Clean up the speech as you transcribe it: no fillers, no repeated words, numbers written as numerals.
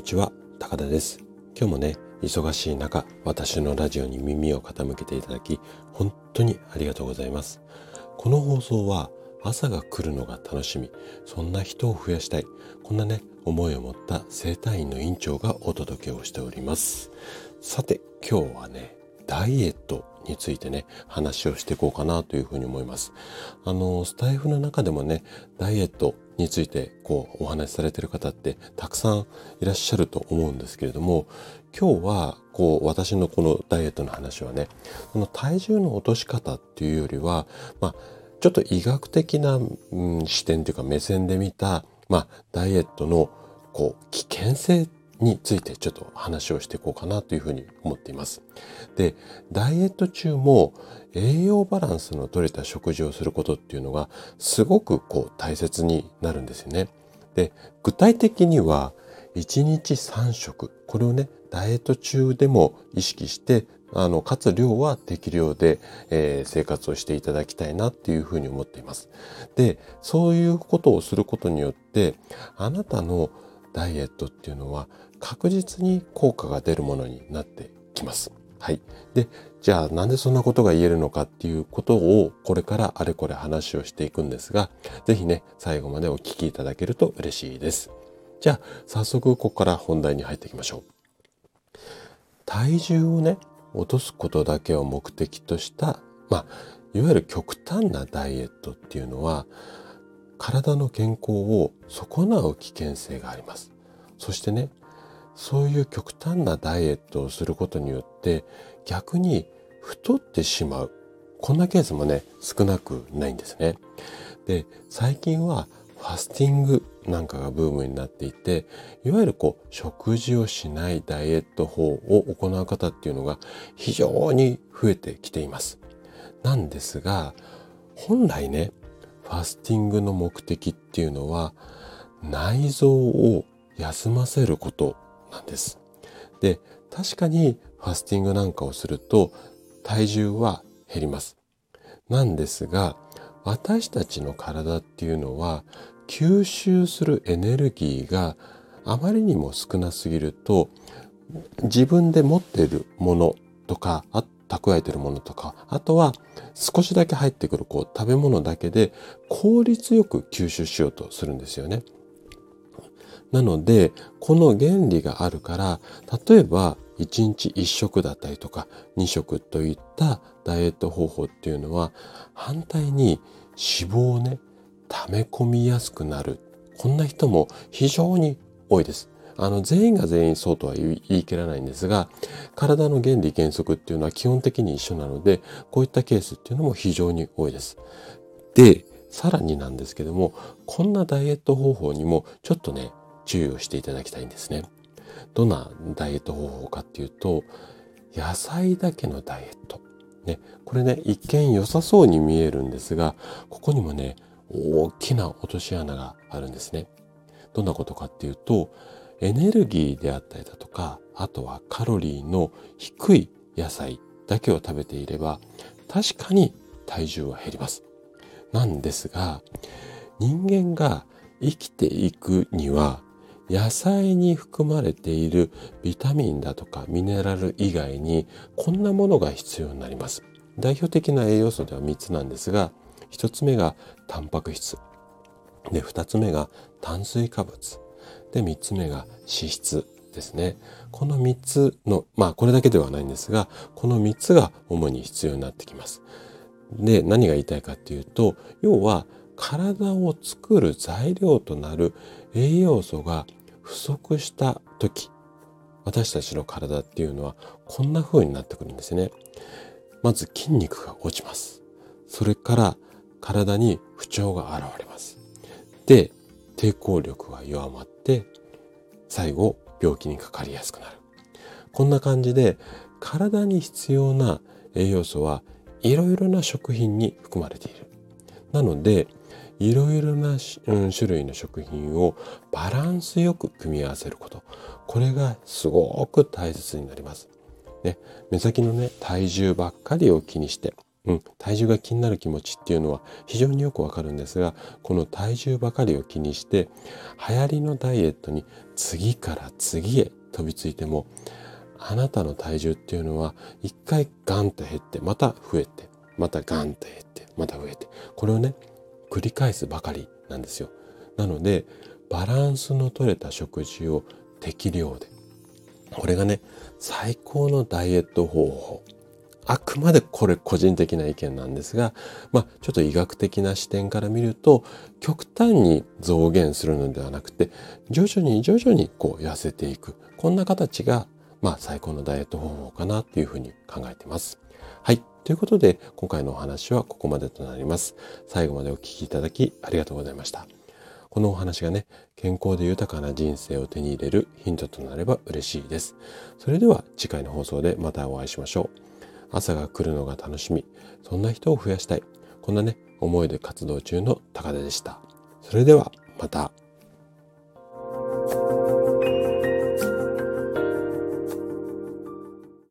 ちは、高田です。今日もね、忙しい中、私のラジオに耳を傾けていただき、本当にありがとうございます。この放送は、朝が来るのが楽しみ、そんな人を増やしたい、こんなね、思いを持った整体院の院長がお届けをしております。さて、今日はね、ダイエットについてね、話をしていこうかなというふうに思います。スタイフの中でもね、ダイエットについてお話しされている方ってたくさんいらっしゃると思うんですけれども、今日は私のこのダイエットの話はね、この体重の落とし方っていうよりは、ちょっと医学的な、視点というか目線で見た、ダイエットの危険性についてちょっと話をしていこうかなというふうに思っています。で、ダイエット中も栄養バランスの取れた食事をすることっていうのがすごく大切になるんですよね。で、具体的には1日3食、これをね、ダイエット中でも意識して、かつ量は適量で、生活をしていただきたいなっていうふうに思っています。で、そういうことをすることによって、あなたのダイエットっていうのは確実に効果が出るものになってきます。はい。で、じゃあなんでそんなことが言えるのかっていうことをこれからあれこれ話をしていくんですが、ぜひね、最後までお聞きいただけると嬉しいです。じゃあ早速ここから本題に入っていきましょう。体重をね、落とすことだけを目的とした、いわゆる極端なダイエットっていうのは、体の健康を損なう危険性があります。そしてね、そういう極端なダイエットをすることによって逆に太ってしまう。こんなケースもね、少なくないんですね。で、最近はファスティングなんかがブームになっていて、いわゆる食事をしないダイエット法を行う方っていうのが非常に増えてきています。なんですが、本来ね、ファスティングの目的っていうのは内臓を休ませることなんです。で、確かにファスティングなんかをすると体重は減ります。なんですが、私たちの体っていうのは吸収するエネルギーがあまりにも少なすぎると、自分で持っているものとか、蓄えているものとか、あとは少しだけ入ってくる食べ物だけで効率よく吸収しようとするんですよね。なので、この原理があるから、例えば1日1食だったりとか2食といったダイエット方法っていうのは、反対に脂肪をね、溜め込みやすくなる。こんな人も非常に多いです。全員が全員そうとは言い切らないんですが、体の原理原則っていうのは基本的に一緒なので、こういったケースっていうのも非常に多いです。で、さらになんですけども、こんなダイエット方法にもちょっとね、注意をしていただきたいんですね。どんなダイエット方法かっていうと、野菜だけのダイエット。ね、これね、一見良さそうに見えるんですが、ここにもね、大きな落とし穴があるんですね。どんなことかっていうと、エネルギーであったりだとか、あとはカロリーの低い野菜だけを食べていれば、確かに体重は減ります。なんですが、人間が生きていくには、野菜に含まれているビタミンだとかミネラル以外にこんなものが必要になります。代表的な栄養素では3つなんですが、1つ目がタンパク質。で、2つ目が炭水化物。で、3つ目が脂質ですね。この3つの、これだけではないんですが、この3つが主に必要になってきます。で、何が言いたいかっていうと、要は体を作る材料となる栄養素が不足した時、私たちの体っていうのはこんな風になってくるんですね。まず筋肉が落ちます。それから体に不調が現れます。で、抵抗力が弱まって、最後病気にかかりやすくなる。こんな感じで体に必要な栄養素はいろいろな食品に含まれている。なので、いろいろな種類の食品をバランスよく組み合わせること。これがすごく大切になります。ね、目先のね、体重ばっかりを気にして、 体重が気になる気持ちっていうのは非常によくわかるんですが、この体重ばかりを気にして流行りのダイエットに次から次へ飛びついても、あなたの体重っていうのは一回ガンと減ってまた増えて、またガンと減ってまた増えて、これをね繰り返すばかりなんですよ。なのでバランスの取れた食事を適量で、これがね最高のダイエット方法。あくまでこれ個人的な意見なんですが、ちょっと医学的な視点から見ると、極端に増減するのではなくて、徐々にこう痩せていく。こんな形が、最高のダイエット方法かなっていうふうに考えています。はい。ということで、今回のお話はここまでとなります。最後までお聞きいただきありがとうございました。このお話がね、健康で豊かな人生を手に入れるヒントとなれば嬉しいです。それでは次回の放送でまたお会いしましょう。朝が来るのが楽しみ、そんな人を増やしたい。こんなね、思いで活動中の高田でした。それではまた。